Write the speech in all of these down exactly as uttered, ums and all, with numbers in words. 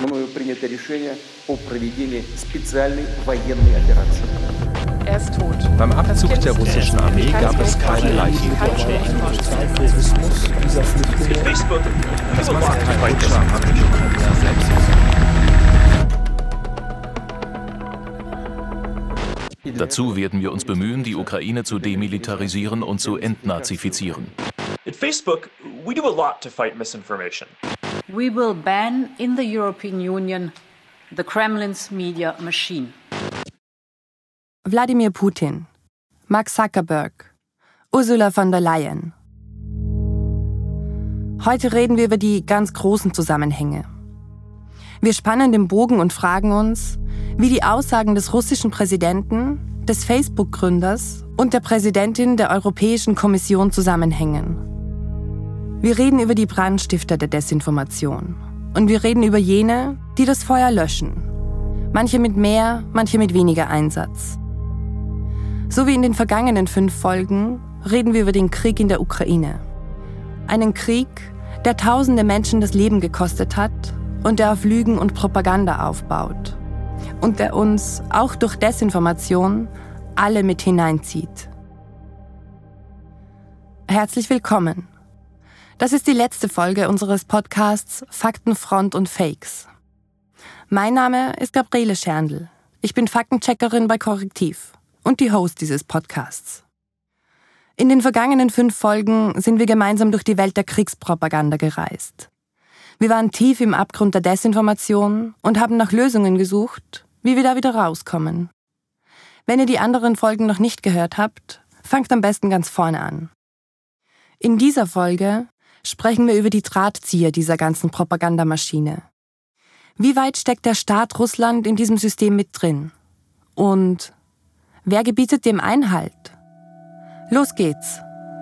мною принято решение о проведении специальной военной операции. Er ist tot. Beim Abzug der russischen Armee gab es keine Leichen. Das Massaker in Butscha hat die Ukrainer selbst versucht. Dazu werden wir uns bemühen, die Ukraine zu demilitarisieren und zu entnazifizieren. At Facebook, we do a lot to fight misinformation. We will ban in the European Union the Kremlin's media machine. Wladimir Putin, Mark Zuckerberg, Ursula von der Leyen. Heute reden wir über die ganz großen Zusammenhänge. Wir spannen den Bogen und fragen uns, wie die Aussagen des russischen Präsidenten, des Facebook-Gründers und der Präsidentin der Europäischen Kommission zusammenhängen. Wir reden über die Brandstifter der Desinformation. Und wir reden über jene, die das Feuer löschen. Manche mit mehr, manche mit weniger Einsatz. So wie in den vergangenen fünf Folgen reden wir über den Krieg in der Ukraine. Einen Krieg, der tausende Menschen das Leben gekostet hat und der auf Lügen und Propaganda aufbaut. Und der uns, auch durch Desinformation, alle mit hineinzieht. Herzlich willkommen. Das ist die letzte Folge unseres Podcasts Fakten, Front und Fakes. Mein Name ist Gabriele Scherndl. Ich bin Faktencheckerin bei Korrektiv und die Host dieses Podcasts. In den vergangenen fünf Folgen sind wir gemeinsam durch die Welt der Kriegspropaganda gereist. Wir waren tief im Abgrund der Desinformation und haben nach Lösungen gesucht, wie wir da wieder rauskommen. Wenn ihr die anderen Folgen noch nicht gehört habt, fangt am besten ganz vorne an. In dieser Folge sprechen wir über die Drahtzieher dieser ganzen Propagandamaschine. Wie weit steckt der Staat Russland in diesem System mit drin? Und wer gebietet dem Einhalt? Los geht's!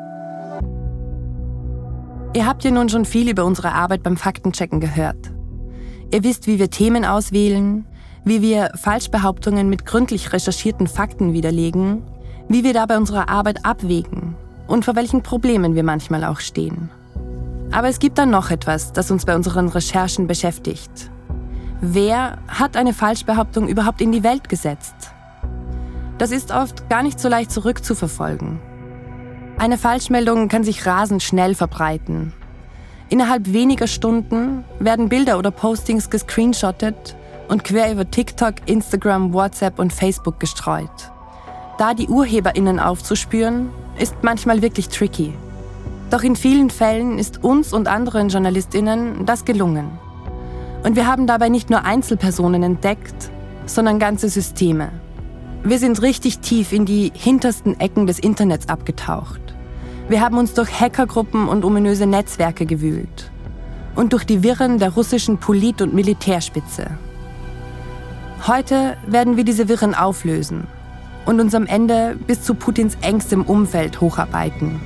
Ihr habt ja nun schon viel über unsere Arbeit beim Faktenchecken gehört. Ihr wisst, wie wir Themen auswählen, wie wir Falschbehauptungen mit gründlich recherchierten Fakten widerlegen, wie wir dabei unsere Arbeit abwägen und vor welchen Problemen wir manchmal auch stehen. Aber es gibt dann noch etwas, das uns bei unseren Recherchen beschäftigt. Wer hat eine Falschbehauptung überhaupt in die Welt gesetzt? Das ist oft gar nicht so leicht zurückzuverfolgen. Eine Falschmeldung kann sich rasend schnell verbreiten. Innerhalb weniger Stunden werden Bilder oder Postings gescreenshottet und quer über TikTok, Instagram, WhatsApp und Facebook gestreut. Da die UrheberInnen aufzuspüren, ist manchmal wirklich tricky. Doch in vielen Fällen ist uns und anderen JournalistInnen das gelungen. Und wir haben dabei nicht nur Einzelpersonen entdeckt, sondern ganze Systeme. Wir sind richtig tief in die hintersten Ecken des Internets abgetaucht. Wir haben uns durch Hackergruppen und ominöse Netzwerke gewühlt. Und durch die Wirren der russischen Polit- und Militärspitze. Heute werden wir diese Wirren auflösen und uns am Ende bis zu Putins engstem Umfeld hocharbeiten.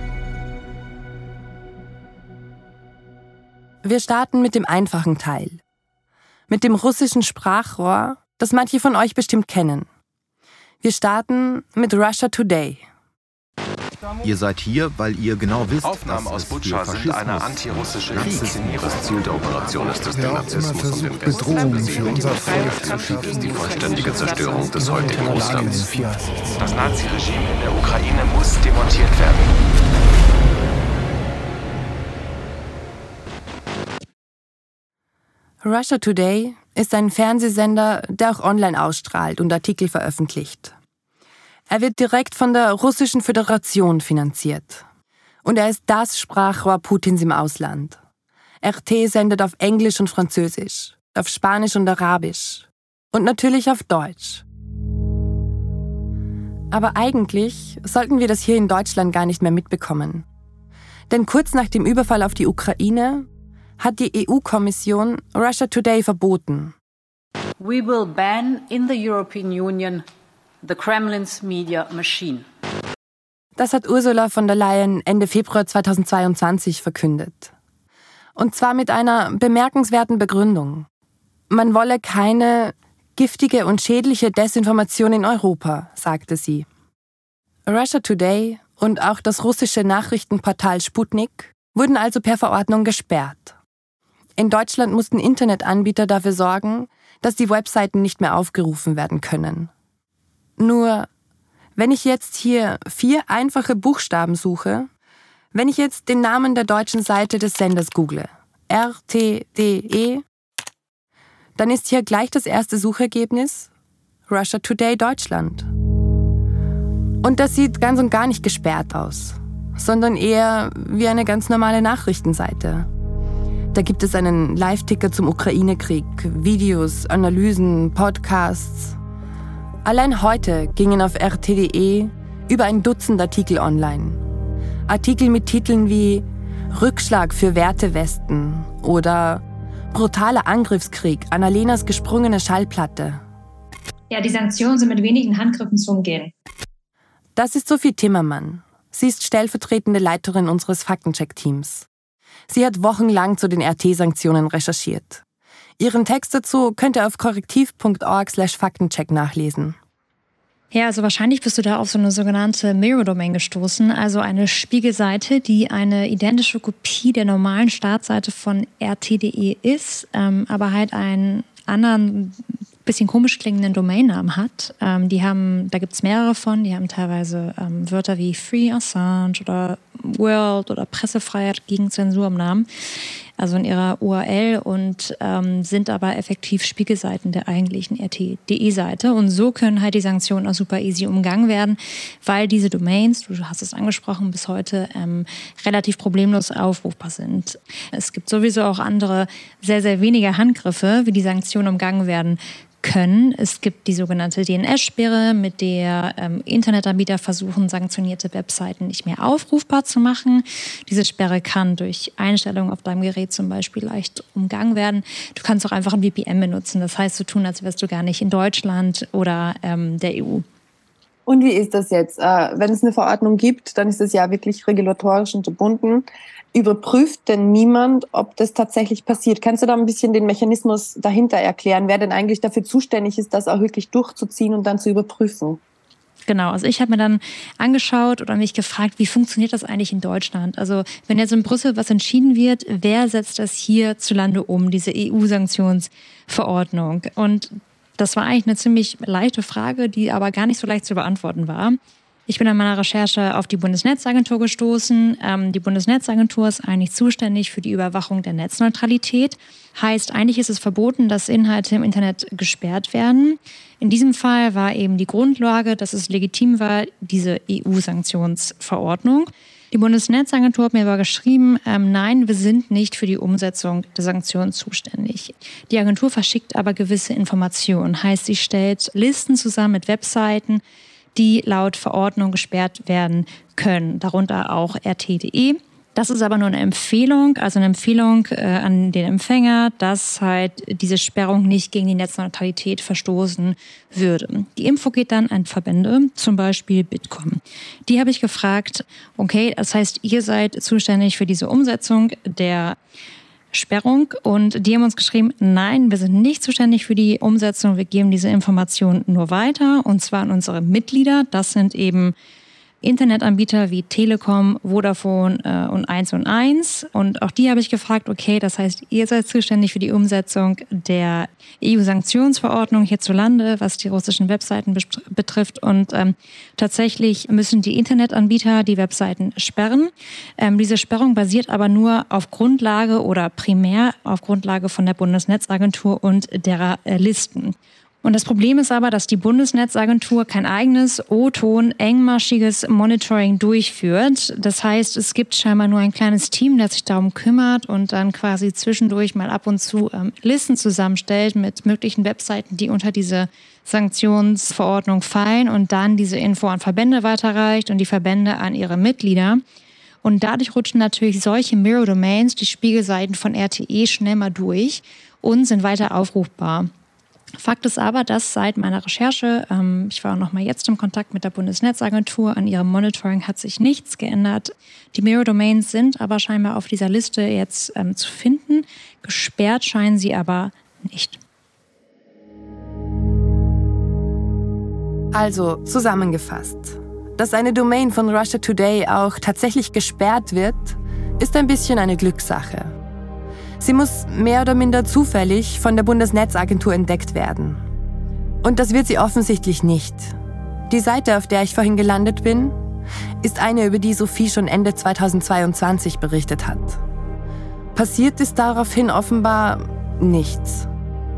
Wir starten mit dem einfachen Teil. Mit dem russischen Sprachrohr, das manche von euch bestimmt kennen. Wir starten mit Russia Today. Ihr seid hier, weil ihr genau wisst, Aufnahmen aus Butscha sind eine antirussische Inszenierung. Das Ziel der Operation ist es, den Narzissmus und den Westen Bedrohung zu für besiegen. unser Volk Das Ziel ist die vollständige Zerstörung des heutigen Russlands. Das Naziregime in der Ukraine muss demontiert werden. Russia Today ist ein Fernsehsender, der auch online ausstrahlt und Artikel veröffentlicht. Er wird direkt von der Russischen Föderation finanziert. Und er ist das Sprachrohr Putins im Ausland. R T sendet auf Englisch und Französisch, auf Spanisch und Arabisch und natürlich auf Deutsch. Aber eigentlich sollten wir das hier in Deutschland gar nicht mehr mitbekommen. Denn kurz nach dem Überfall auf die Ukraine hat die E U-Kommission Russia Today verboten. We will ban in the European Union the Kremlin's media machine. Das hat Ursula von der Leyen Ende Februar zweitausendzweiundzwanzig verkündet. Und zwar mit einer bemerkenswerten Begründung. Man wolle keine giftige und schädliche Desinformation in Europa, sagte sie. Russia Today und auch das russische Nachrichtenportal Sputnik wurden also per Verordnung gesperrt. In Deutschland mussten Internetanbieter dafür sorgen, dass die Webseiten nicht mehr aufgerufen werden können. Nur, wenn ich jetzt hier vier einfache Buchstaben suche, wenn ich jetzt den Namen der deutschen Seite des Senders google, R T D E, dann ist hier gleich das erste Suchergebnis Russia Today Deutschland. Und das sieht ganz und gar nicht gesperrt aus, sondern eher wie eine ganz normale Nachrichtenseite. Da gibt es einen Live-Ticker zum Ukraine-Krieg, Videos, Analysen, Podcasts. Allein heute gingen auf R T D E über ein Dutzend Artikel online. Artikel mit Titeln wie Rückschlag für Wertewesten oder brutaler Angriffskrieg, Annalenas gesprungene Schallplatte. Ja, die Sanktionen sind mit wenigen Handgriffen zu umgehen. Das ist Sophie Timmermann. Sie ist stellvertretende Leiterin unseres Faktencheck-Teams. Sie hat wochenlang zu den R T-Sanktionen recherchiert. Ihren Text dazu könnt ihr auf korrektiv punkt org slash faktencheck nachlesen. Ja, also wahrscheinlich bist du da auf so eine sogenannte Mirror-Domain gestoßen, also eine Spiegelseite, die eine identische Kopie der normalen Startseite von R T D E ist, ähm, aber halt einen anderen, bisschen komisch klingenden Domainnamen hat. Ähm, die haben, da gibt es mehrere von, die haben teilweise ähm, Wörter wie Free Assange oder World oder Pressefreiheit gegen Zensur im Namen, also in ihrer U R L, und ähm, sind aber effektiv Spiegelseiten der eigentlichen R T D E-Seite. Und so können halt die Sanktionen auch super easy umgangen werden, weil diese Domains, du hast es angesprochen, bis heute ähm, relativ problemlos aufrufbar sind. Es gibt sowieso auch andere, sehr, sehr wenige Handgriffe, wie die Sanktionen umgangen werden können. Es gibt die sogenannte D N S-Sperre, mit der ähm, Internetanbieter versuchen, sanktionierte Webseiten nicht mehr aufrufbar zu machen. Diese Sperre kann durch Einstellungen auf deinem Gerät zum Beispiel leicht umgangen werden. Du kannst auch einfach ein V P N benutzen. Das heißt, so tun, als wärst du gar nicht in Deutschland oder ähm, der E U. Und wie ist das jetzt? Äh, wenn es eine Verordnung gibt, dann ist es ja wirklich regulatorisch unterbunden. Überprüft denn niemand, ob das tatsächlich passiert? Kannst du da ein bisschen den Mechanismus dahinter erklären, wer denn eigentlich dafür zuständig ist, das auch wirklich durchzuziehen und dann zu überprüfen? Genau, also ich habe mir dann angeschaut oder mich gefragt, wie funktioniert das eigentlich in Deutschland? Also wenn jetzt in Brüssel was entschieden wird, wer setzt das hierzulande um, diese E U-Sanktionsverordnung? Und das war eigentlich eine ziemlich leichte Frage, die aber gar nicht so leicht zu beantworten war. Ich bin an meiner Recherche auf die Bundesnetzagentur gestoßen. Ähm, die Bundesnetzagentur ist eigentlich zuständig für die Überwachung der Netzneutralität. Heißt, eigentlich ist es verboten, dass Inhalte im Internet gesperrt werden. In diesem Fall war eben die Grundlage, dass es legitim war, diese E U-Sanktionsverordnung. Die Bundesnetzagentur hat mir aber geschrieben, ähm, nein, wir sind nicht für die Umsetzung der Sanktionen zuständig. Die Agentur verschickt aber gewisse Informationen. Heißt, sie stellt Listen zusammen mit Webseiten, die laut Verordnung gesperrt werden können, darunter auch R T D E. Das ist aber nur eine Empfehlung, also eine Empfehlung äh, an den Empfänger, dass halt diese Sperrung nicht gegen die Netzneutralität verstoßen würde. Die Info geht dann an Verbände, zum Beispiel Bitkom. Die habe ich gefragt, okay, das heißt, ihr seid zuständig für diese Umsetzung der Sperrung, und die haben uns geschrieben, nein, wir sind nicht zuständig für die Umsetzung, wir geben diese Informationen nur weiter, und zwar an unsere Mitglieder. Das sind eben Internetanbieter wie Telekom, Vodafone äh, und eins und eins. Und auch die habe ich gefragt, okay, das heißt, ihr seid zuständig für die Umsetzung der E U-Sanktionsverordnung hierzulande, was die russischen Webseiten betrifft. Und ähm, tatsächlich müssen die Internetanbieter die Webseiten sperren. Ähm, diese Sperrung basiert aber nur auf Grundlage oder primär auf Grundlage von der Bundesnetzagentur und derer äh, Listen. Und das Problem ist aber, dass die Bundesnetzagentur kein eigenes O-Ton engmaschiges Monitoring durchführt. Das heißt, es gibt scheinbar nur ein kleines Team, das sich darum kümmert und dann quasi zwischendurch mal ab und zu ähm, Listen zusammenstellt mit möglichen Webseiten, die unter diese Sanktionsverordnung fallen, und dann diese Info an Verbände weiterreicht und die Verbände an ihre Mitglieder. Und dadurch rutschen natürlich solche Mirror-Domains, die Spiegelseiten von R T E, schnell mal durch und sind weiter aufrufbar. Fakt ist aber, dass seit meiner Recherche, ähm, ich war auch noch mal jetzt im Kontakt mit der Bundesnetzagentur, an ihrem Monitoring hat sich nichts geändert. Die Mirror-Domains sind aber scheinbar auf dieser Liste jetzt ähm, zu finden. Gesperrt scheinen sie aber nicht. Also, zusammengefasst. Dass eine Domain von Russia Today auch tatsächlich gesperrt wird, ist ein bisschen eine Glückssache. Sie muss mehr oder minder zufällig von der Bundesnetzagentur entdeckt werden. Und das wird sie offensichtlich nicht. Die Seite, auf der ich vorhin gelandet bin, ist eine, über die Sophie schon Ende zweitausendzweiundzwanzig berichtet hat. Passiert ist daraufhin offenbar nichts.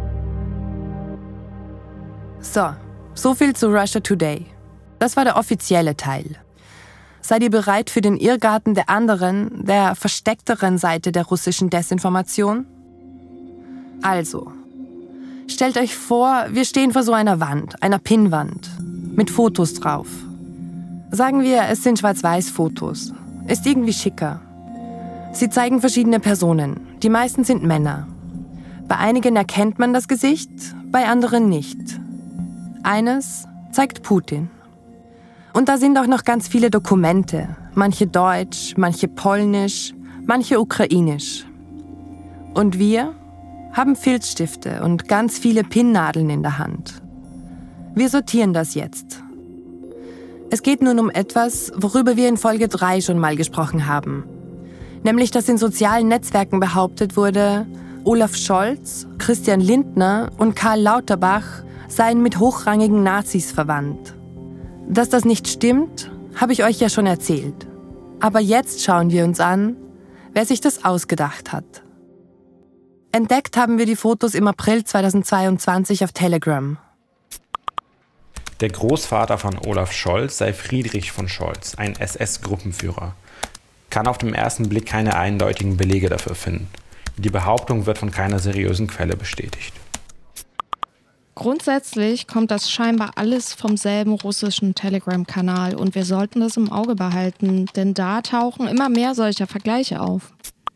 So, so viel zu Russia Today. Das war der offizielle Teil. Seid ihr bereit für den Irrgarten der anderen, der versteckteren Seite der russischen Desinformation? Also, stellt euch vor, wir stehen vor so einer Wand, einer Pinnwand, mit Fotos drauf. Sagen wir, es sind Schwarz-Weiß-Fotos. Ist irgendwie schicker. Sie zeigen verschiedene Personen. Die meisten sind Männer. Bei einigen erkennt man das Gesicht, bei anderen nicht. Eines zeigt Putin. Und da sind auch noch ganz viele Dokumente. Manche deutsch, manche polnisch, manche ukrainisch. Und wir haben Filzstifte und ganz viele Pinnnadeln in der Hand. Wir sortieren das jetzt. Es geht nun um etwas, worüber wir in Folge drei schon mal gesprochen haben. Nämlich, dass in sozialen Netzwerken behauptet wurde, Olaf Scholz, Christian Lindner und Karl Lauterbach seien mit hochrangigen Nazis verwandt. Dass das nicht stimmt, habe ich euch ja schon erzählt. Aber jetzt schauen wir uns an, wer sich das ausgedacht hat. Entdeckt haben wir die Fotos im April zweitausendzweiundzwanzig auf Telegram. Der Großvater von Olaf Scholz sei Friedrich von Scholz, ein S S-Gruppenführer. Kann auf den ersten Blick keine eindeutigen Belege dafür finden. Die Behauptung wird von keiner seriösen Quelle bestätigt. Grundsätzlich kommt das scheinbar alles vom selben russischen Telegram-Kanal und wir sollten das im Auge behalten, denn da tauchen immer mehr solcher Vergleiche auf.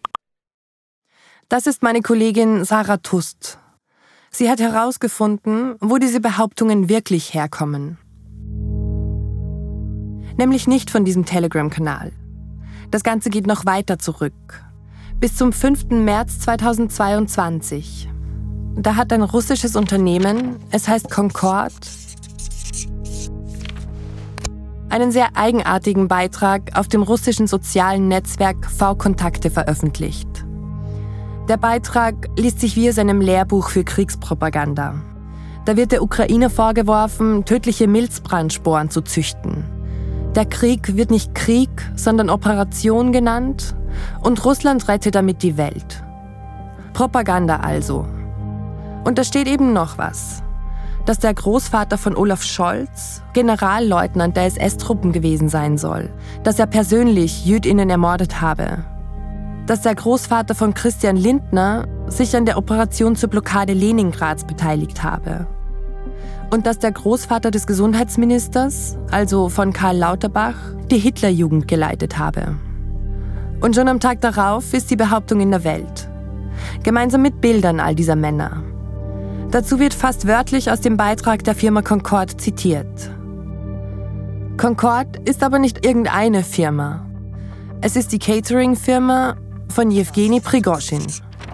Das ist meine Kollegin Sarah Tust. Sie hat herausgefunden, wo diese Behauptungen wirklich herkommen. Nämlich nicht von diesem Telegram-Kanal. Das Ganze geht noch weiter zurück. Bis zum fünften März zweitausendzweiundzwanzig. Da hat ein russisches Unternehmen, es heißt Concord, einen sehr eigenartigen Beitrag auf dem russischen sozialen Netzwerk V-Kontakte veröffentlicht. Der Beitrag liest sich wie aus einem Lehrbuch für Kriegspropaganda. Da wird der Ukraine vorgeworfen, tödliche Milzbrandsporen zu züchten. Der Krieg wird nicht Krieg, sondern Operation genannt und Russland rettet damit die Welt. Propaganda also. Und da steht eben noch was. Dass der Großvater von Olaf Scholz Generalleutnant der S S-Truppen gewesen sein soll. Dass er persönlich JüdInnen ermordet habe. Dass der Großvater von Christian Lindner sich an der Operation zur Blockade Leningrads beteiligt habe. Und dass der Großvater des Gesundheitsministers, also von Karl Lauterbach, die Hitlerjugend geleitet habe. Und schon am Tag darauf ist die Behauptung in der Welt. Gemeinsam mit Bildern all dieser Männer. Dazu wird fast wörtlich aus dem Beitrag der Firma Concord zitiert. Concord ist aber nicht irgendeine Firma. Es ist die Catering-Firma von Jewgeni Prigozhin.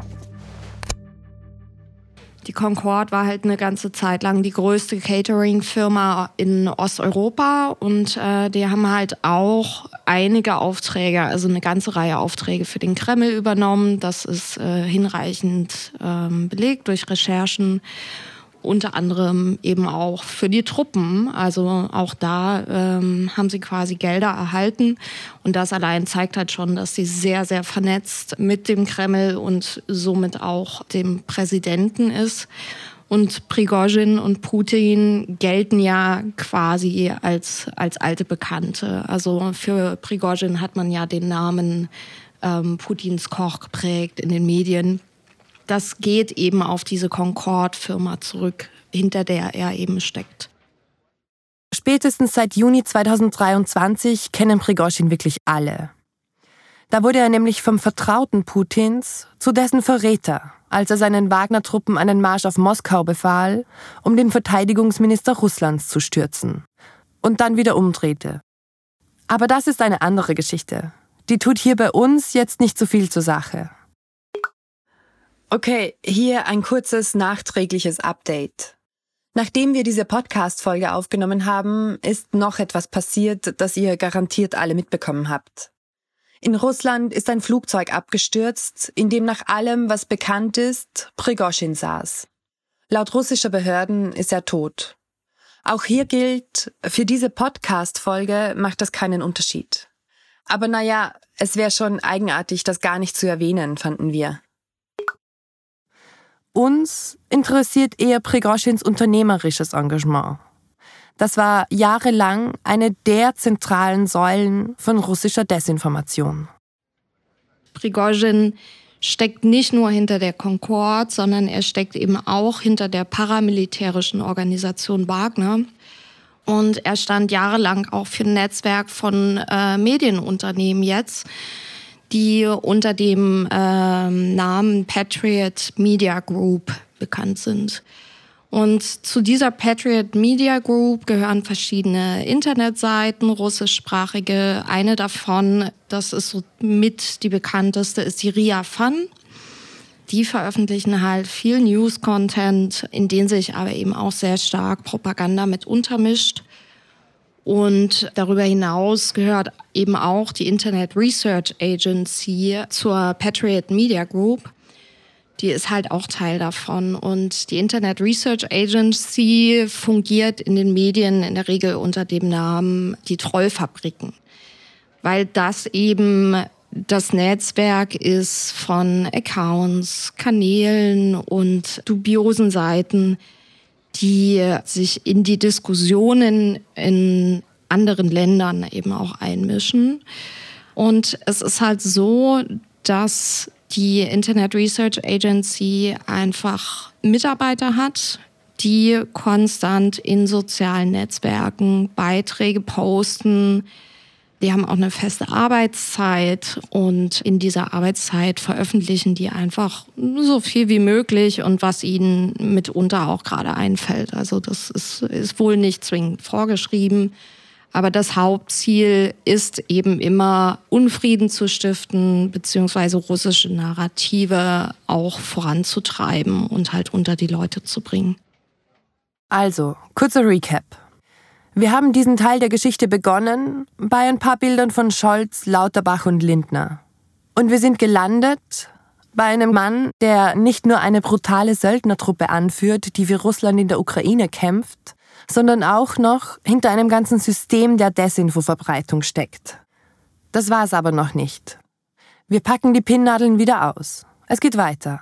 Die Concord war halt eine ganze Zeit lang die größte Catering-Firma in Osteuropa und äh, die haben halt auch einige Aufträge, also eine ganze Reihe Aufträge für den Kreml übernommen. Das ist äh, hinreichend ähm, belegt durch Recherchen, unter anderem eben auch für die Truppen. Also auch da ähm, haben sie quasi Gelder erhalten und das allein zeigt halt schon, dass sie sehr, sehr vernetzt mit dem Kreml und somit auch dem Präsidenten ist. Und Prigozhin und Putin gelten ja quasi als, als alte Bekannte. Also für Prigozhin hat man ja den Namen ähm, Putins Koch geprägt in den Medien. Das geht eben auf diese Concord-Firma zurück, hinter der er eben steckt. Spätestens seit Juni zweitausenddreiundzwanzig kennen Prigozhin wirklich alle. Da wurde er nämlich vom Vertrauten Putins zu dessen Verräter, als er seinen Wagner-Truppen einen Marsch auf Moskau befahl, um den Verteidigungsminister Russlands zu stürzen. Und dann wieder umdrehte. Aber das ist eine andere Geschichte. Die tut hier bei uns jetzt nicht so viel zur Sache. Okay, hier ein kurzes nachträgliches Update. Nachdem wir diese Podcast-Folge aufgenommen haben, ist noch etwas passiert, das ihr garantiert alle mitbekommen habt. In Russland ist ein Flugzeug abgestürzt, in dem nach allem, was bekannt ist, Prigoschin saß. Laut russischer Behörden ist er tot. Auch hier gilt, für diese Podcast-Folge macht das keinen Unterschied. Aber naja, es wäre schon eigenartig, das gar nicht zu erwähnen, fanden wir. Uns interessiert eher Prigoschins unternehmerisches Engagement. Das war jahrelang eine der zentralen Säulen von russischer Desinformation. Prigoschin steckt nicht nur hinter der Concorde, sondern er steckt eben auch hinter der paramilitärischen Organisation Wagner. Und er stand jahrelang auch für ein Netzwerk von äh, Medienunternehmen jetzt, die unter dem äh, Namen Patriot Media Group bekannt sind. Und zu dieser Patriot Media Group gehören verschiedene Internetseiten, russischsprachige. Eine davon, das ist so mit die bekannteste, ist die R I A Fun. Die veröffentlichen halt viel News-Content, in den sich aber eben auch sehr stark Propaganda mit untermischt. Und darüber hinaus gehört eben auch die Internet Research Agency zur Patriot Media Group. Die ist halt auch Teil davon. Und die Internet Research Agency fungiert in den Medien in der Regel unter dem Namen die Trollfabriken. Weil das eben das Netzwerk ist von Accounts, Kanälen und dubiosen Seiten, die sich in die Diskussionen in anderen Ländern eben auch einmischen. Und es ist halt so, dass die Internet Research Agency einfach Mitarbeiter hat, die konstant in sozialen Netzwerken Beiträge posten. Die haben auch eine feste Arbeitszeit und in dieser Arbeitszeit veröffentlichen die einfach so viel wie möglich und was ihnen mitunter auch gerade einfällt. Also das ist, ist wohl nicht zwingend vorgeschrieben. Aber das Hauptziel ist eben immer, Unfrieden zu stiften, beziehungsweise russische Narrative auch voranzutreiben und halt unter die Leute zu bringen. Also, kurzer Recap. Wir haben diesen Teil der Geschichte begonnen bei ein paar Bildern von Scholz, Lauterbach und Lindner. Und wir sind gelandet bei einem Mann, der nicht nur eine brutale Söldnertruppe anführt, die für Russland in der Ukraine kämpft, sondern auch noch hinter einem ganzen System der Desinfo-Verbreitung steckt. Das war's aber noch nicht. Wir packen die Pinnnadeln wieder aus. Es geht weiter.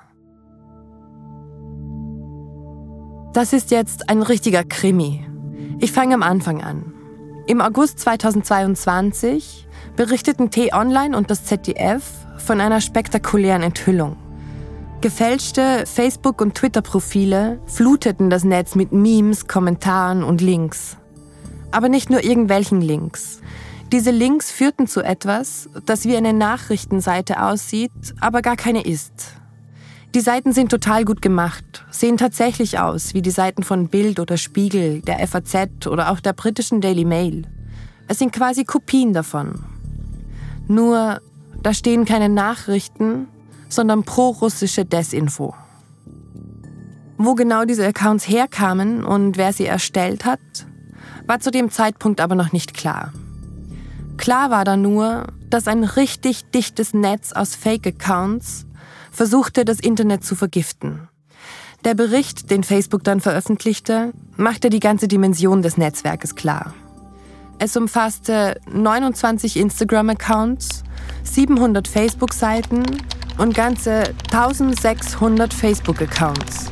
Das ist jetzt ein richtiger Krimi. Ich fange am Anfang an. Im August zweitausendzweiundzwanzig berichteten T-Online und das Z D F von einer spektakulären Enthüllung. Gefälschte Facebook- und Twitter-Profile fluteten das Netz mit Memes, Kommentaren und Links. Aber nicht nur irgendwelchen Links. Diese Links führten zu etwas, das wie eine Nachrichtenseite aussieht, aber gar keine ist. Die Seiten sind total gut gemacht, sehen tatsächlich aus wie die Seiten von Bild oder Spiegel, der F A Z oder auch der britischen Daily Mail. Es sind quasi Kopien davon. Nur, da stehen keine Nachrichten, sondern pro-russische Desinfo. Wo genau diese Accounts herkamen und wer sie erstellt hat, war zu dem Zeitpunkt aber noch nicht klar. Klar war da nur, dass ein richtig dichtes Netz aus Fake-Accounts versuchte, das Internet zu vergiften. Der Bericht, den Facebook dann veröffentlichte, machte die ganze Dimension des Netzwerkes klar. Es umfasste neunundzwanzig Instagram-Accounts, siebenhundert Facebook-Seiten und ganze eintausendsechshundert Facebook-Accounts.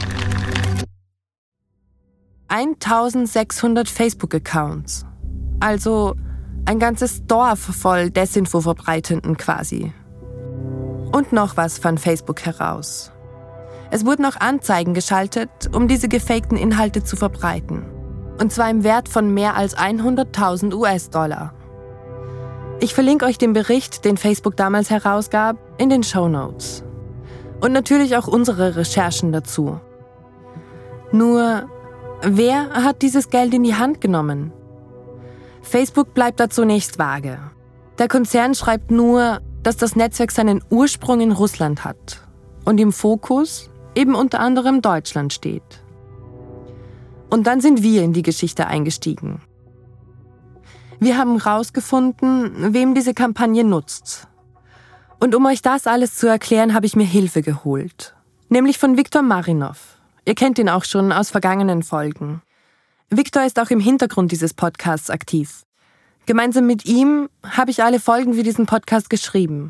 eintausendsechshundert Facebook-Accounts. Also ein ganzes Dorf voll Desinfo-Verbreitenden quasi. Und noch was fand Facebook heraus. Es wurden auch Anzeigen geschaltet, um diese gefakten Inhalte zu verbreiten. Und zwar im Wert von mehr als hunderttausend U S-Dollar. Ich verlinke euch den Bericht, den Facebook damals herausgab, in den Shownotes. Und natürlich auch unsere Recherchen dazu. Nur, wer hat dieses Geld in die Hand genommen? Facebook bleibt da zunächst vage. Der Konzern schreibt nur, dass das Netzwerk seinen Ursprung in Russland hat und im Fokus eben unter anderem Deutschland steht. Und dann sind wir in die Geschichte eingestiegen. Wir haben herausgefunden, wem diese Kampagne nutzt. Und um euch das alles zu erklären, habe ich mir Hilfe geholt. Nämlich von Viktor Marinov. Ihr kennt ihn auch schon aus vergangenen Folgen. Viktor ist auch im Hintergrund dieses Podcasts aktiv. Gemeinsam mit ihm habe ich alle Folgen für diesen Podcast geschrieben.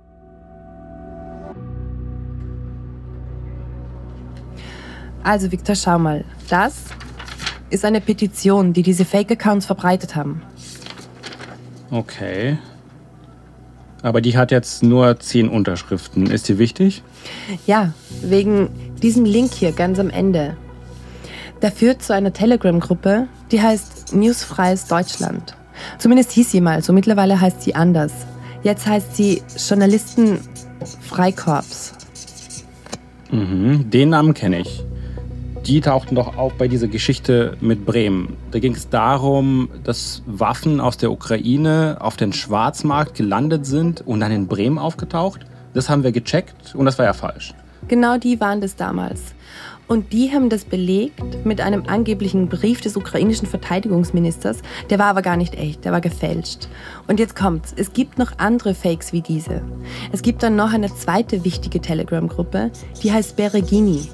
Also Viktor, schau mal. Das ist eine Petition, die diese Fake-Accounts verbreitet haben. Okay. Aber die hat jetzt nur zehn Unterschriften. Ist die wichtig? Ja, wegen diesem Link hier ganz am Ende. Der führt zu einer Telegram-Gruppe, die heißt Newsfreies Deutschland. Zumindest hieß sie mal so, mittlerweile heißt sie anders. Jetzt heißt sie Journalisten-Freikorps. Mhm, den Namen kenne ich. Die tauchten doch auf bei dieser Geschichte mit Bremen. Da ging es darum, dass Waffen aus der Ukraine auf den Schwarzmarkt gelandet sind und dann in Bremen aufgetaucht. Das haben wir gecheckt und das war ja falsch. Genau die waren das damals. Und die haben das belegt mit einem angeblichen Brief des ukrainischen Verteidigungsministers. Der war aber gar nicht echt, der war gefälscht. Und jetzt kommt's, es gibt noch andere Fakes wie diese. Es gibt dann noch eine zweite wichtige Telegram-Gruppe, die heißt Beregini.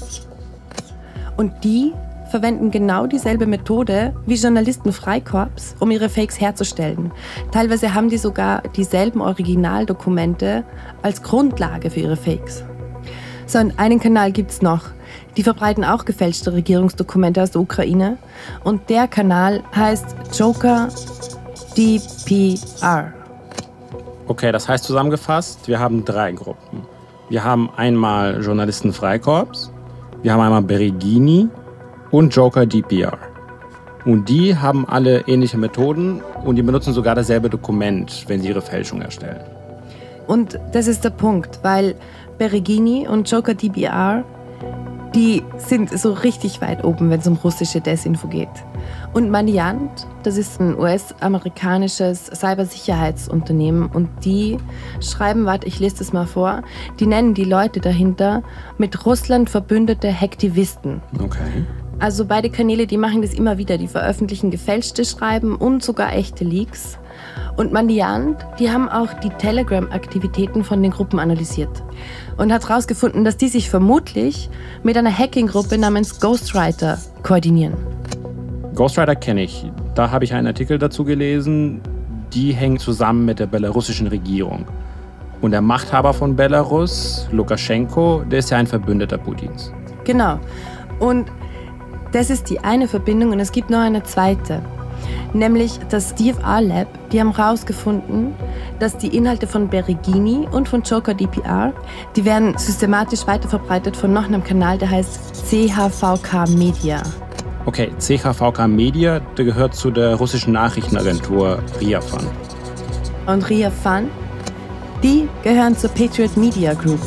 Und die verwenden genau dieselbe Methode wie Journalisten-Freikorps, um ihre Fakes herzustellen. Teilweise haben die sogar dieselben Originaldokumente als Grundlage für ihre Fakes. So, und einen Kanal gibt's noch. Die verbreiten auch gefälschte Regierungsdokumente aus der Ukraine. Und der Kanal heißt Joker D P R. Okay, das heißt zusammengefasst, wir haben drei Gruppen. Wir haben einmal Journalisten-Freikorps, wir haben einmal Beregini und Joker D P R. Und die haben alle ähnliche Methoden und die benutzen sogar dasselbe Dokument, wenn sie ihre Fälschung erstellen. Und das ist der Punkt, weil Beregini und Joker D P R, die sind so richtig weit oben, wenn es um russische Desinfo geht. Und Mandiant, das ist ein U S-amerikanisches Cybersicherheitsunternehmen und die schreiben, warte, ich lese das mal vor, die nennen die Leute dahinter mit Russland verbündete Hacktivisten. Okay. Also beide Kanäle, die machen das immer wieder, die veröffentlichen gefälschte Schreiben und sogar echte Leaks. Und Mandiant, die haben auch die Telegram-Aktivitäten von den Gruppen analysiert und hat herausgefunden, dass die sich vermutlich mit einer Hacking-Gruppe namens Ghostwriter koordinieren. Ghostwriter kenne ich. Da habe ich einen Artikel dazu gelesen. Die hängen zusammen mit der belarussischen Regierung. Und der Machthaber von Belarus, Lukaschenko, der ist ja ein Verbündeter Putins. Genau. Und das ist die eine Verbindung und es gibt noch eine zweite. Nämlich das D F R-Lab, die haben herausgefunden, dass die Inhalte von Beregini und von Joker D P R, die werden systematisch weiterverbreitet von noch einem Kanal, der heißt C H V K Media. Okay, C H V K Media, der gehört zu der russischen Nachrichtenagentur Riafan. Und Riafan, die gehören zur Patriot Media Group.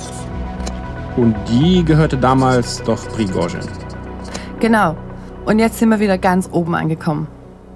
Und die gehörte damals doch Prigozhin. Genau. Und jetzt sind wir wieder ganz oben angekommen.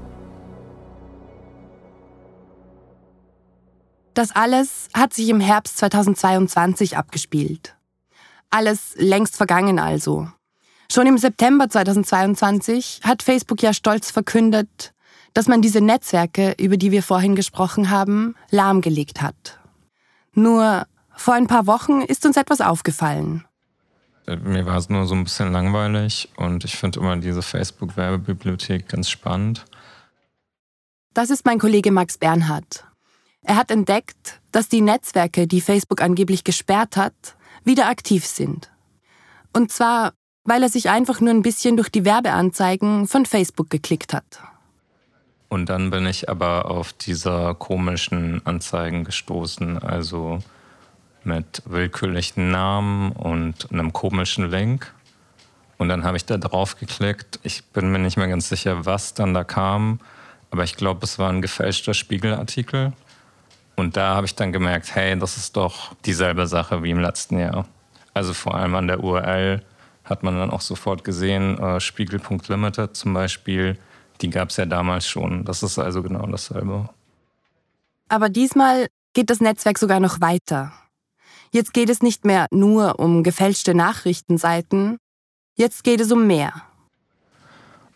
Das alles hat sich im Herbst zweitausendzweiundzwanzig abgespielt. Alles längst vergangen also. Schon im September zweitausendzweiundzwanzig hat Facebook ja stolz verkündet, dass man diese Netzwerke, über die wir vorhin gesprochen haben, lahmgelegt hat. Nur vor ein paar Wochen ist uns etwas aufgefallen. Mir war es nur so ein bisschen langweilig und ich finde immer diese Facebook-Werbebibliothek ganz spannend. Das ist mein Kollege Max Bernhard. Er hat entdeckt, dass die Netzwerke, die Facebook angeblich gesperrt hat, wieder aktiv sind. Und zwar, weil er sich einfach nur ein bisschen durch die Werbeanzeigen von Facebook geklickt hat. Und dann bin ich aber auf diese komischen Anzeigen gestoßen, also mit willkürlichen Namen und einem komischen Link. Und dann habe ich da drauf geklickt. Ich bin mir nicht mehr ganz sicher, was dann da kam, aber ich glaube, es war ein gefälschter Spiegelartikel. Und da habe ich dann gemerkt, hey, das ist doch dieselbe Sache wie im letzten Jahr. Also vor allem an der U R L hat man dann auch sofort gesehen, äh, Spiegel.limited zum Beispiel, die gab es ja damals schon. Das ist also genau dasselbe. Aber diesmal geht das Netzwerk sogar noch weiter. Jetzt geht es nicht mehr nur um gefälschte Nachrichtenseiten, jetzt geht es um mehr.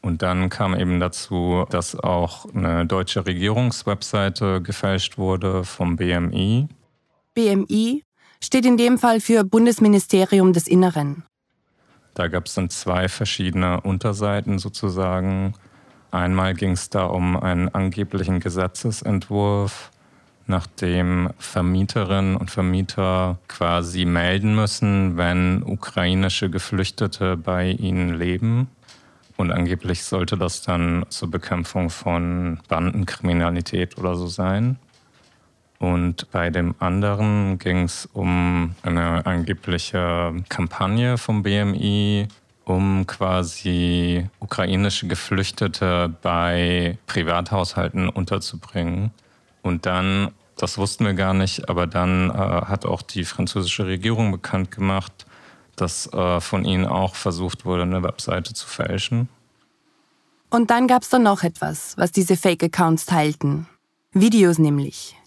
Und dann kam eben dazu, dass auch eine deutsche Regierungswebseite gefälscht wurde vom B M I. B M I steht in dem Fall für Bundesministerium des Inneren. Da gab es dann zwei verschiedene Unterseiten sozusagen. Einmal ging es da um einen angeblichen Gesetzesentwurf, nachdem Vermieterinnen und Vermieter quasi melden müssen, wenn ukrainische Geflüchtete bei ihnen leben. Und angeblich sollte das dann zur Bekämpfung von Bandenkriminalität oder so sein. Und bei dem anderen ging es um eine angebliche Kampagne vom B M I, um quasi ukrainische Geflüchtete bei Privathaushalten unterzubringen. Und dann, das wussten wir gar nicht, aber dann äh, hat auch die französische Regierung bekannt gemacht, dass äh, von ihnen auch versucht wurde, eine Webseite zu fälschen. Und dann gab es dann noch etwas, was diese Fake-Accounts teilten. Videos nämlich.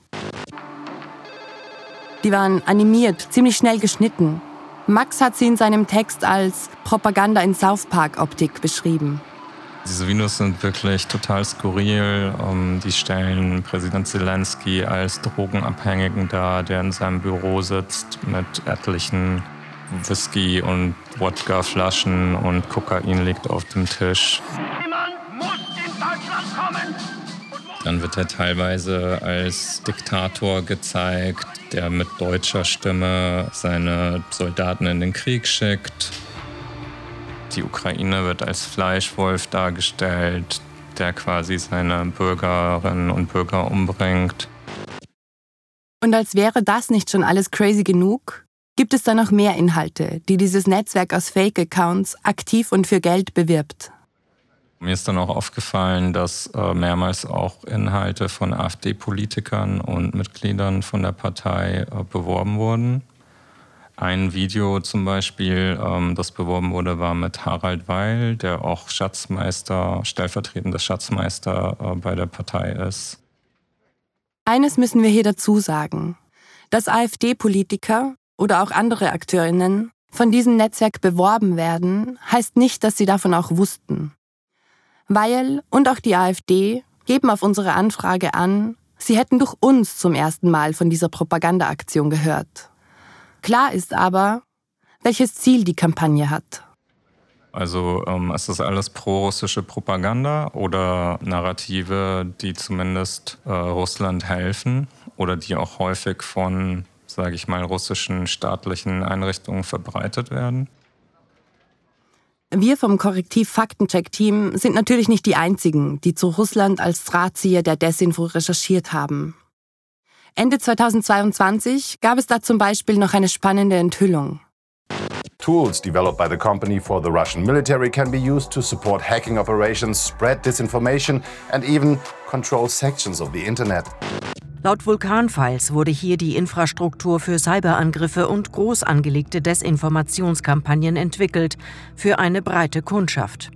Die waren animiert, ziemlich schnell geschnitten. Max hat sie in seinem Text als Propaganda in South Park-Optik beschrieben. Diese Videos sind wirklich total skurril. Die stellen Präsident Zelensky als Drogenabhängigen dar, der in seinem Büro sitzt mit etlichen Whisky- und Wodka-Flaschen und Kokain liegt auf dem Tisch. Niemand muss in Deutschland kommen! Dann wird er teilweise als Diktator gezeigt, der mit deutscher Stimme seine Soldaten in den Krieg schickt. Die Ukraine wird als Fleischwolf dargestellt, der quasi seine Bürgerinnen und Bürger umbringt. Und als wäre das nicht schon alles crazy genug, gibt es da noch mehr Inhalte, die dieses Netzwerk aus Fake-Accounts aktiv und für Geld bewirbt. Mir ist dann auch aufgefallen, dass äh, mehrmals auch Inhalte von AfD-Politikern und Mitgliedern von der Partei äh, beworben wurden. Ein Video zum Beispiel, ähm, das beworben wurde, war mit Harald Weil, der auch Schatzmeister, stellvertretender Schatzmeister äh, bei der Partei ist. Eines müssen wir hier dazu sagen. Dass AfD-Politiker oder auch andere AkteurInnen von diesem Netzwerk beworben werden, heißt nicht, dass sie davon auch wussten. Weil und auch die AfD geben auf unsere Anfrage an, sie hätten durch uns zum ersten Mal von dieser Propagandaaktion gehört. Klar ist aber, welches Ziel die Kampagne hat. Also ähm, ist das alles pro-russische Propaganda oder Narrative, die zumindest äh, Russland helfen oder die auch häufig von, sage ich mal, russischen staatlichen Einrichtungen verbreitet werden? Wir vom Korrektiv-Faktencheck-Team sind natürlich nicht die Einzigen, die zu Russland als Drahtzieher der Desinfo recherchiert haben. Ende zweitausendzweiundzwanzig gab es da zum Beispiel noch eine spannende Enthüllung. Tools developed by the company for the Russian military can be used to support hacking operations, spread disinformation and even control sections of the Internet. Laut Vulkan-Files wurde hier die Infrastruktur für Cyberangriffe und groß angelegte Desinformationskampagnen entwickelt, für eine breite Kundschaft.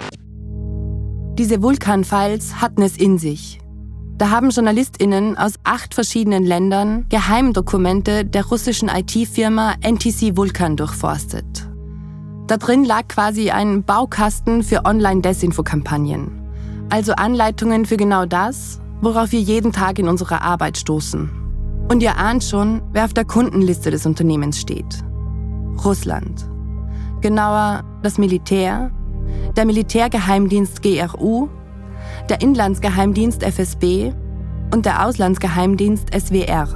Diese Vulkan-Files hatten es in sich. Da haben JournalistInnen aus acht verschiedenen Ländern Geheimdokumente der russischen I T-Firma N T C Vulkan durchforstet. Da drin lag quasi ein Baukasten für Online-Desinfo-Kampagnen. Also Anleitungen für genau das, worauf wir jeden Tag in unserer Arbeit stoßen. Und ihr ahnt schon, wer auf der Kundenliste des Unternehmens steht. Russland. Genauer das Militär, der Militärgeheimdienst G R U, der Inlandsgeheimdienst F S B und der Auslandsgeheimdienst S W R.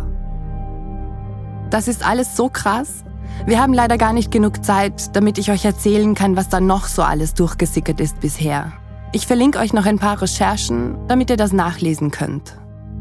Das ist alles so krass. Wir haben leider gar nicht genug Zeit, damit ich euch erzählen kann, was da noch so alles durchgesickert ist bisher. Ich verlinke euch noch ein paar Recherchen, damit ihr das nachlesen könnt.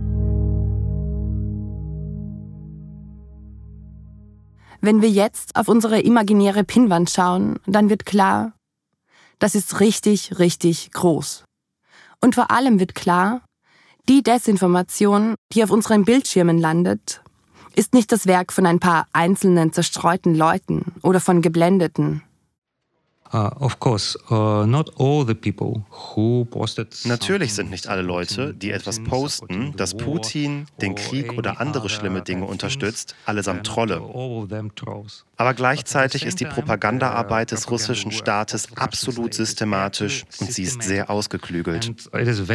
Wenn wir jetzt auf unsere imaginäre Pinnwand schauen, dann wird klar, das ist richtig, richtig groß. Und vor allem wird klar, die Desinformation, die auf unseren Bildschirmen landet, ist nicht das Werk von ein paar einzelnen zerstreuten Leuten oder von Geblendeten. Natürlich sind nicht alle Leute, die etwas posten, dass Putin den Krieg oder andere schlimme Dinge unterstützt, allesamt Trolle. Aber gleichzeitig ist die Propagandaarbeit des russischen Staates absolut systematisch und sie ist sehr ausgeklügelt.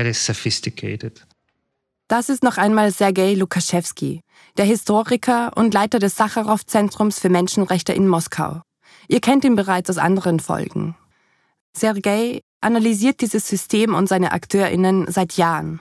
Das ist noch einmal Sergei Lukaschewski, der Historiker und Leiter des Sacharow-Zentrums für Menschenrechte in Moskau. Ihr kennt ihn bereits aus anderen Folgen. Sergei analysiert dieses System und seine AkteurInnen seit Jahren.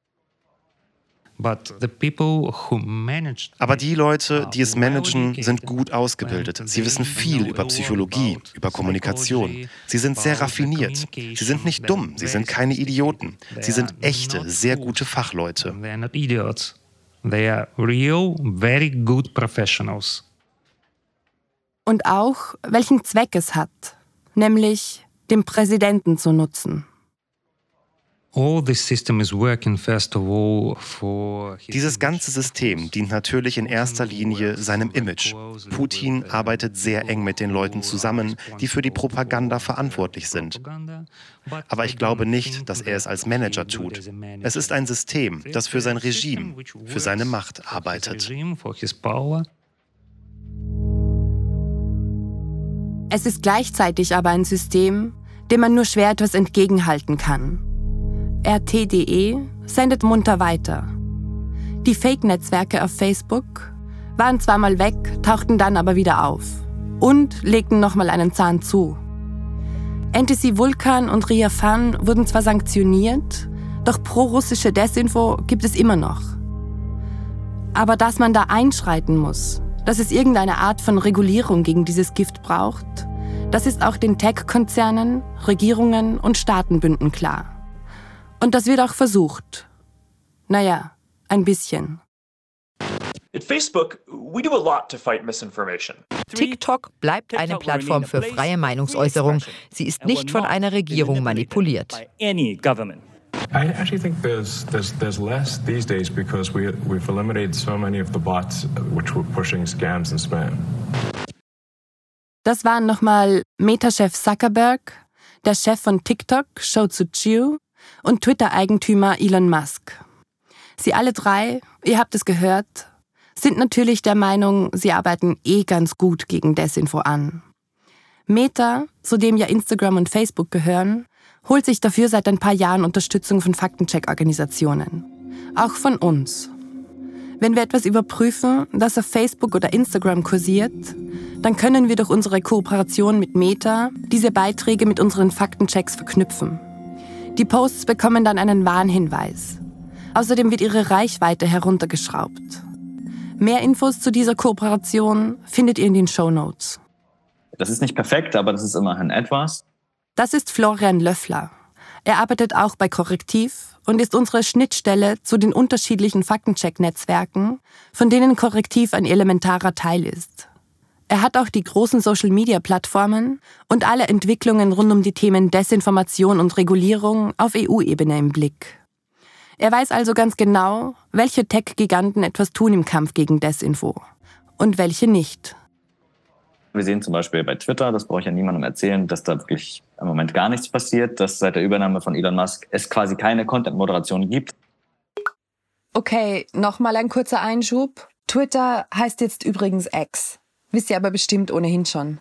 Aber die Leute, die es managen, sind gut ausgebildet. Sie wissen viel über Psychologie, über Kommunikation. Sie sind sehr raffiniert. Sie sind nicht dumm, sie sind keine Idioten. Sie sind echte, sehr gute Fachleute. They are real, very good professionals. Und auch, welchen Zweck es hat, nämlich dem Präsidenten zu nutzen. Dieses ganze System dient natürlich in erster Linie seinem Image. Putin arbeitet sehr eng mit den Leuten zusammen, die für die Propaganda verantwortlich sind. Aber ich glaube nicht, dass er es als Manager tut. Es ist ein System, das für sein Regime, für seine Macht arbeitet. Es ist gleichzeitig aber ein System, dem man nur schwer etwas entgegenhalten kann. R T punkt D E sendet munter weiter. Die Fake-Netzwerke auf Facebook waren zwar mal weg, tauchten dann aber wieder auf und legten nochmal einen Zahn zu. N T C Vulkan und Riafan wurden zwar sanktioniert, doch pro-russische Desinfo gibt es immer noch. Aber dass man da einschreiten muss, dass es irgendeine Art von Regulierung gegen dieses Gift braucht, das ist auch den Tech-Konzernen, Regierungen und Staatenbünden klar. Und das wird auch versucht. Naja, ein bisschen. At Facebook, we do a lot to fight misinformation. TikTok bleibt eine Plattform für freie Meinungsäußerung. Sie ist nicht von einer Regierung manipuliert. I actually think there's there's there's less these days because we we've eliminated so many of the bots which were pushing scams and spam. Das waren nochmal Meta-Chef Zuckerberg, der Chef von TikTok, Shou Zi Chew, und Twitter-Eigentümer Elon Musk. Sie alle drei, ihr habt es gehört, sind natürlich der Meinung, sie arbeiten eh ganz gut gegen Desinfo an. Meta, zu dem ja Instagram und Facebook gehören, holt sich dafür seit ein paar Jahren Unterstützung von Faktencheck-Organisationen. Auch von uns. Wenn wir etwas überprüfen, das auf Facebook oder Instagram kursiert, dann können wir durch unsere Kooperation mit Meta diese Beiträge mit unseren Faktenchecks verknüpfen. Die Posts bekommen dann einen Warnhinweis. Außerdem wird ihre Reichweite heruntergeschraubt. Mehr Infos zu dieser Kooperation findet ihr in den Shownotes. Das ist nicht perfekt, aber das ist immerhin etwas. Das ist Florian Löffler. Er arbeitet auch bei Korrektiv und ist unsere Schnittstelle zu den unterschiedlichen Faktencheck-Netzwerken, von denen Korrektiv ein elementarer Teil ist. Er hat auch die großen Social-Media-Plattformen und alle Entwicklungen rund um die Themen Desinformation und Regulierung auf E U-Ebene im Blick. Er weiß also ganz genau, welche Tech-Giganten etwas tun im Kampf gegen Desinfo und welche nicht. Wir sehen zum Beispiel bei Twitter, das brauche ich ja niemandem erzählen, dass da wirklich im Moment gar nichts passiert, dass seit der Übernahme von Elon Musk es quasi keine Content-Moderation gibt. Okay, nochmal ein kurzer Einschub. Twitter heißt jetzt übrigens X. Wisst ihr aber bestimmt ohnehin schon.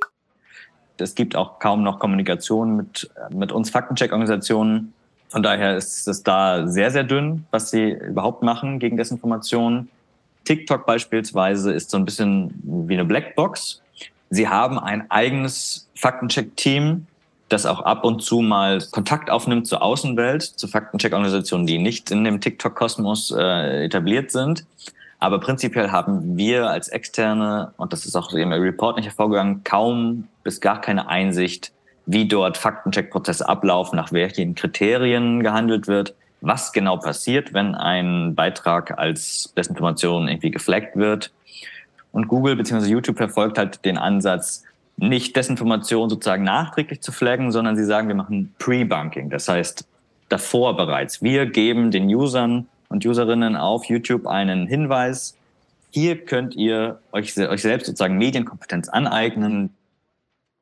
Es gibt auch kaum noch Kommunikation mit, mit uns Faktencheck-Organisationen. Von daher ist es da sehr, sehr dünn, was sie überhaupt machen gegen Desinformation. TikTok beispielsweise ist so ein bisschen wie eine Blackbox. Sie haben ein eigenes Faktencheck-Team, das auch ab und zu mal Kontakt aufnimmt zur Außenwelt, zu Faktencheck-Organisationen, die nicht in dem TikTok-Kosmos äh, etabliert sind. Aber prinzipiell haben wir als Externe, und das ist auch im Report nicht hervorgegangen, kaum bis gar keine Einsicht, wie dort Faktencheck-Prozesse ablaufen, nach welchen Kriterien gehandelt wird, was genau passiert, wenn ein Beitrag als Desinformation irgendwie geflaggt wird. Und Google bzw. YouTube verfolgt halt den Ansatz, nicht Desinformation sozusagen nachträglich zu flaggen, sondern sie sagen, wir machen Pre-Bunking. Das heißt, davor bereits. Wir geben den Usern und Userinnen auf YouTube einen Hinweis. Hier könnt ihr euch, euch selbst sozusagen Medienkompetenz aneignen.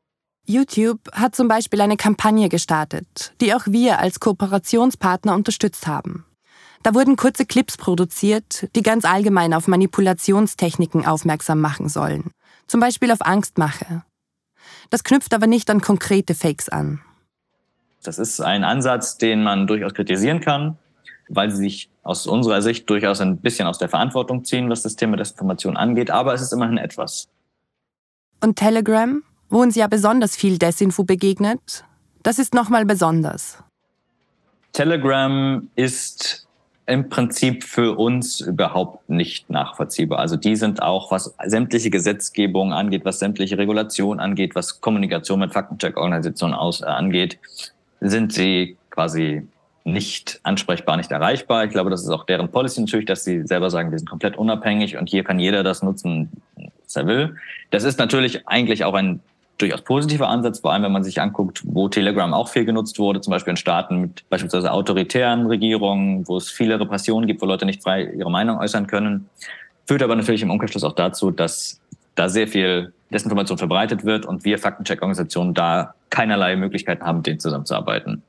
YouTube hat zum Beispiel eine Kampagne gestartet, die auch wir als Kooperationspartner unterstützt haben. Da wurden kurze Clips produziert, die ganz allgemein auf Manipulationstechniken aufmerksam machen sollen. Zum Beispiel auf Angstmache. Das knüpft aber nicht an konkrete Fakes an. Das ist ein Ansatz, den man durchaus kritisieren kann, weil sie sich aus unserer Sicht durchaus ein bisschen aus der Verantwortung ziehen, was das Thema Desinformation angeht. Aber es ist immerhin etwas. Und Telegram, wo uns ja besonders viel Desinfo begegnet, das ist nochmal besonders. Telegram ist im Prinzip für uns überhaupt nicht nachvollziehbar. Also die sind auch, was sämtliche Gesetzgebung angeht, was sämtliche Regulation angeht, was Kommunikation mit Faktencheck-Organisationen aus, äh, angeht, sind sie quasi nicht ansprechbar, nicht erreichbar. Ich glaube, das ist auch deren Policy natürlich, dass sie selber sagen, wir sind komplett unabhängig und hier kann jeder das nutzen, was er will. Das ist natürlich eigentlich auch ein durchaus positiver Ansatz, vor allem wenn man sich anguckt, wo Telegram auch viel genutzt wurde, zum Beispiel in Staaten mit beispielsweise autoritären Regierungen, wo es viele Repressionen gibt, wo Leute nicht frei ihre Meinung äußern können. Führt aber natürlich im Umkehrschluss auch dazu, dass da sehr viel Desinformation verbreitet wird und wir Faktencheck-Organisationen da keinerlei Möglichkeiten haben, mit denen zusammenzuarbeiten.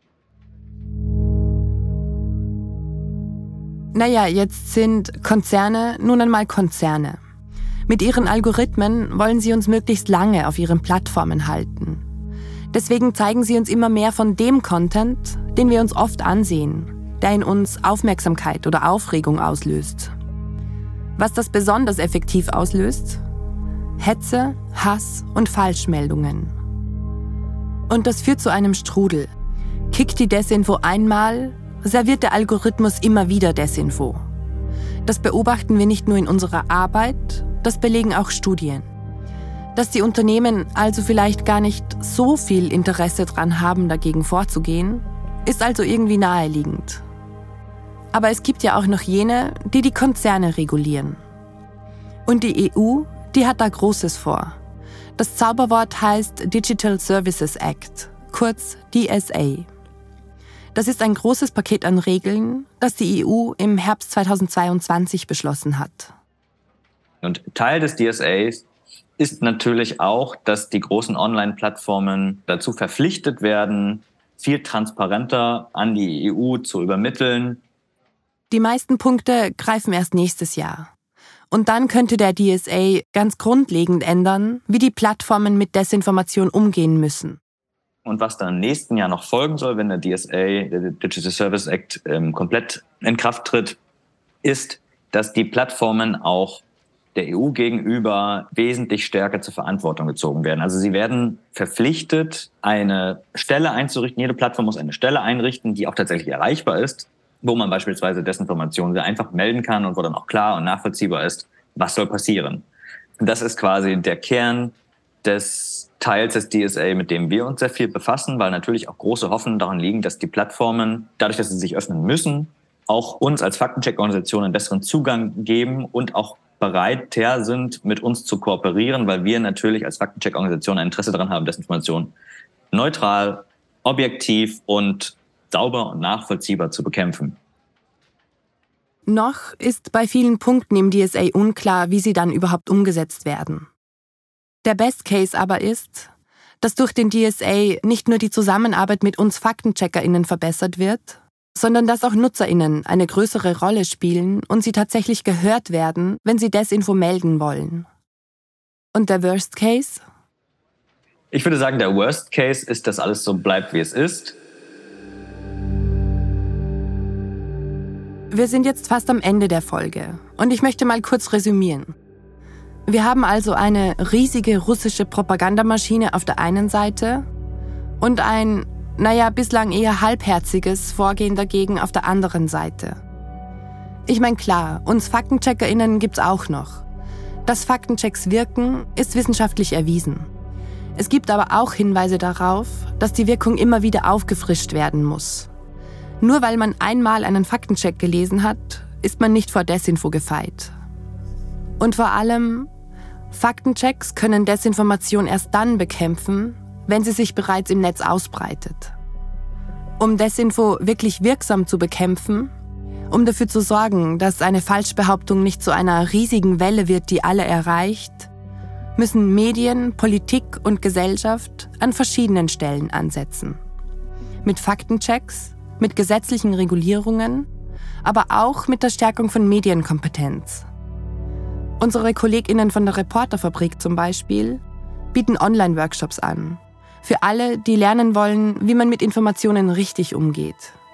Naja, jetzt sind Konzerne nun einmal Konzerne. Mit ihren Algorithmen wollen sie uns möglichst lange auf ihren Plattformen halten. Deswegen zeigen sie uns immer mehr von dem Content, den wir uns oft ansehen, der in uns Aufmerksamkeit oder Aufregung auslöst. Was das besonders effektiv auslöst? Hetze, Hass und Falschmeldungen. Und das führt zu einem Strudel. Kickt die Desinfo einmal, serviert der Algorithmus immer wieder Desinfo. Das beobachten wir nicht nur in unserer Arbeit, das belegen auch Studien. Dass die Unternehmen also vielleicht gar nicht so viel Interesse daran haben, dagegen vorzugehen, ist also irgendwie naheliegend. Aber es gibt ja auch noch jene, die die Konzerne regulieren. Und die E U, die hat da Großes vor. Das Zauberwort heißt Digital Services Act, kurz D S A. Das ist ein großes Paket an Regeln, das die E U im Herbst zweitausendzweiundzwanzig beschlossen hat. Und Teil des D S As ist natürlich auch, dass die großen Online-Plattformen dazu verpflichtet werden, viel transparenter an die E U zu übermitteln. Die meisten Punkte greifen erst nächstes Jahr. Und dann könnte der D S A ganz grundlegend ändern, wie die Plattformen mit Desinformation umgehen müssen. Und was dann im nächsten Jahr noch folgen soll, wenn der D S A, der Digital Service Act, ähm, komplett in Kraft tritt, ist, dass die Plattformen auch der E U gegenüber wesentlich stärker zur Verantwortung gezogen werden. Also sie werden verpflichtet, eine Stelle einzurichten. Jede Plattform muss eine Stelle einrichten, die auch tatsächlich erreichbar ist, wo man beispielsweise Desinformation sehr einfach melden kann und wo dann auch klar und nachvollziehbar ist, was soll passieren. Und das ist quasi der Kern des Teils des D S A, mit dem wir uns sehr viel befassen, weil natürlich auch große Hoffnungen daran liegen, dass die Plattformen, dadurch, dass sie sich öffnen müssen, auch uns als Faktencheck-Organisation einen besseren Zugang geben und auch bereiter sind, mit uns zu kooperieren, weil wir natürlich als Faktencheck-Organisation ein Interesse daran haben, Desinformation neutral, objektiv und sauber und nachvollziehbar zu bekämpfen. Noch ist bei vielen Punkten im D S A unklar, wie sie dann überhaupt umgesetzt werden. Der Best Case aber ist, dass durch den D S A nicht nur die Zusammenarbeit mit uns FaktencheckerInnen verbessert wird, sondern dass auch NutzerInnen eine größere Rolle spielen und sie tatsächlich gehört werden, wenn sie Desinfo melden wollen. Und der Worst Case? Ich würde sagen, der Worst Case ist, dass alles so bleibt, wie es ist. Wir sind jetzt fast am Ende der Folge und ich möchte mal kurz resümieren. Wir haben also eine riesige russische Propagandamaschine auf der einen Seite und ein, naja, bislang eher halbherziges Vorgehen dagegen auf der anderen Seite. Ich meine, klar, uns FaktencheckerInnen gibt's auch noch. Dass Faktenchecks wirken, ist wissenschaftlich erwiesen. Es gibt aber auch Hinweise darauf, dass die Wirkung immer wieder aufgefrischt werden muss. Nur weil man einmal einen Faktencheck gelesen hat, ist man nicht vor Desinfo gefeit. Und vor allem, Faktenchecks können Desinformation erst dann bekämpfen, wenn sie sich bereits im Netz ausbreitet. Um Desinfo wirklich wirksam zu bekämpfen, um dafür zu sorgen, dass eine Falschbehauptung nicht zu einer riesigen Welle wird, die alle erreicht, müssen Medien, Politik und Gesellschaft an verschiedenen Stellen ansetzen. Mit Faktenchecks, mit gesetzlichen Regulierungen, aber auch mit der Stärkung von Medienkompetenz. Unsere KollegInnen von der Reporterfabrik zum Beispiel bieten Online-Workshops an. Für alle, die lernen wollen, wie man mit Informationen richtig umgeht.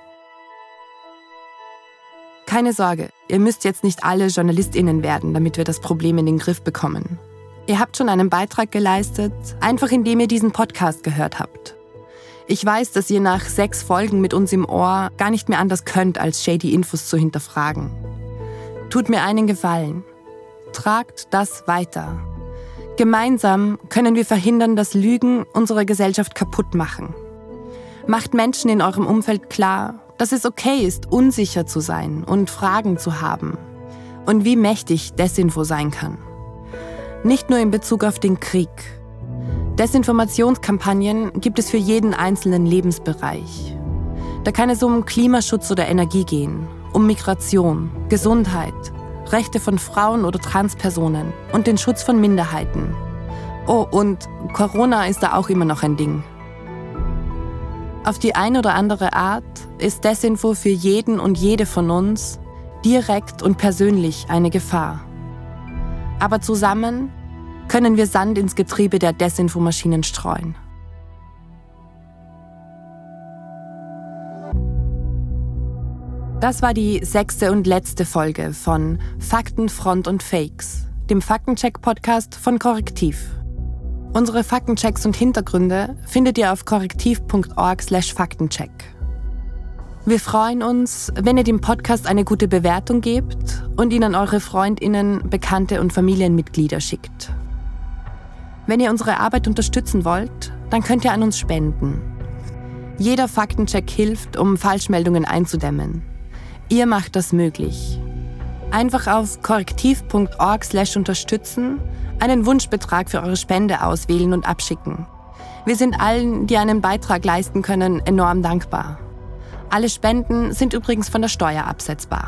Keine Sorge, ihr müsst jetzt nicht alle JournalistInnen werden, damit wir das Problem in den Griff bekommen. Ihr habt schon einen Beitrag geleistet, einfach indem ihr diesen Podcast gehört habt. Ich weiß, dass ihr nach sechs Folgen mit uns im Ohr gar nicht mehr anders könnt, als shady Infos zu hinterfragen. Tut mir einen Gefallen. Tragt das weiter. Gemeinsam können wir verhindern, dass Lügen unsere Gesellschaft kaputt machen. Macht Menschen in eurem Umfeld klar, dass es okay ist, unsicher zu sein und Fragen zu haben. Und wie mächtig Desinfo sein kann. Nicht nur in Bezug auf den Krieg. Desinformationskampagnen gibt es für jeden einzelnen Lebensbereich. Da kann es um Klimaschutz oder Energie gehen, um Migration, Gesundheit, Rechte von Frauen oder Transpersonen und den Schutz von Minderheiten. Oh, und Corona ist da auch immer noch ein Ding. Auf die ein oder andere Art ist Desinfo für jeden und jede von uns direkt und persönlich eine Gefahr. Aber zusammen können wir Sand ins Getriebe der Desinfomaschinen streuen. Das war die sechste und letzte Folge von Fakten, Front und Fakes, dem Faktencheck-Podcast von Korrektiv. Unsere Faktenchecks und Hintergründe findet ihr auf korrektiv punkt org slash faktencheck. Wir freuen uns, wenn ihr dem Podcast eine gute Bewertung gebt und ihn an eure FreundInnen, Bekannte und Familienmitglieder schickt. Wenn ihr unsere Arbeit unterstützen wollt, dann könnt ihr an uns spenden. Jeder Faktencheck hilft, um Falschmeldungen einzudämmen. Ihr macht das möglich. Einfach auf korrektiv punkt org slash unterstützen einen Wunschbetrag für eure Spende auswählen und abschicken. Wir sind allen, die einen Beitrag leisten können, enorm dankbar. Alle Spenden sind übrigens von der Steuer absetzbar.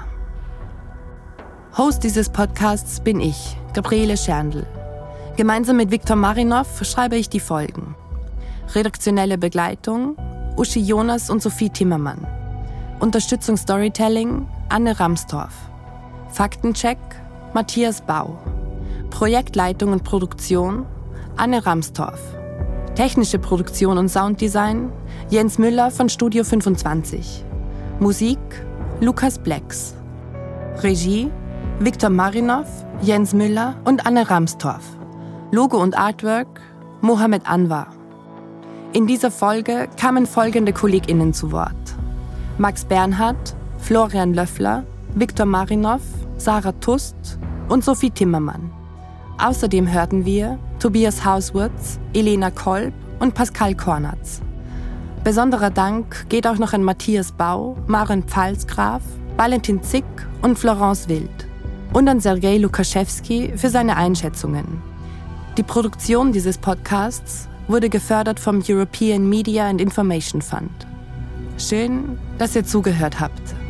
Host dieses Podcasts bin ich, Gabriele Scherndl. Gemeinsam mit Viktor Marinov schreibe ich die Folgen. Redaktionelle Begleitung Uschi Jonas und Sophie Timmermann. Unterstützung Storytelling Anne Ramstorff. Faktencheck Matthias Bau. Projektleitung und Produktion Anne Ramstorff. Technische Produktion und Sounddesign Jens Müller von Studio fünfundzwanzig. Musik Lukas Blacks. Regie Viktor Marinov, Jens Müller und Anne Ramstorff. Logo und Artwork Mohammed Anwar. In dieser Folge kamen folgende KollegInnen zu Wort. Max Bernhard, Florian Löffler, Viktor Marinov, Sarah Tust und Sophie Timmermann. Außerdem hörten wir Tobias Hauswurz, Elena Kolb und Pascal Kornatz. Besonderer Dank geht auch noch an Matthias Bau, Maren Pfalzgraf, Valentin Zick und Florence Wild. Und an Sergei Lukaschewski für seine Einschätzungen. Die Produktion dieses Podcasts wurde gefördert vom European Media and Information Fund. Schön, dass ihr zugehört habt.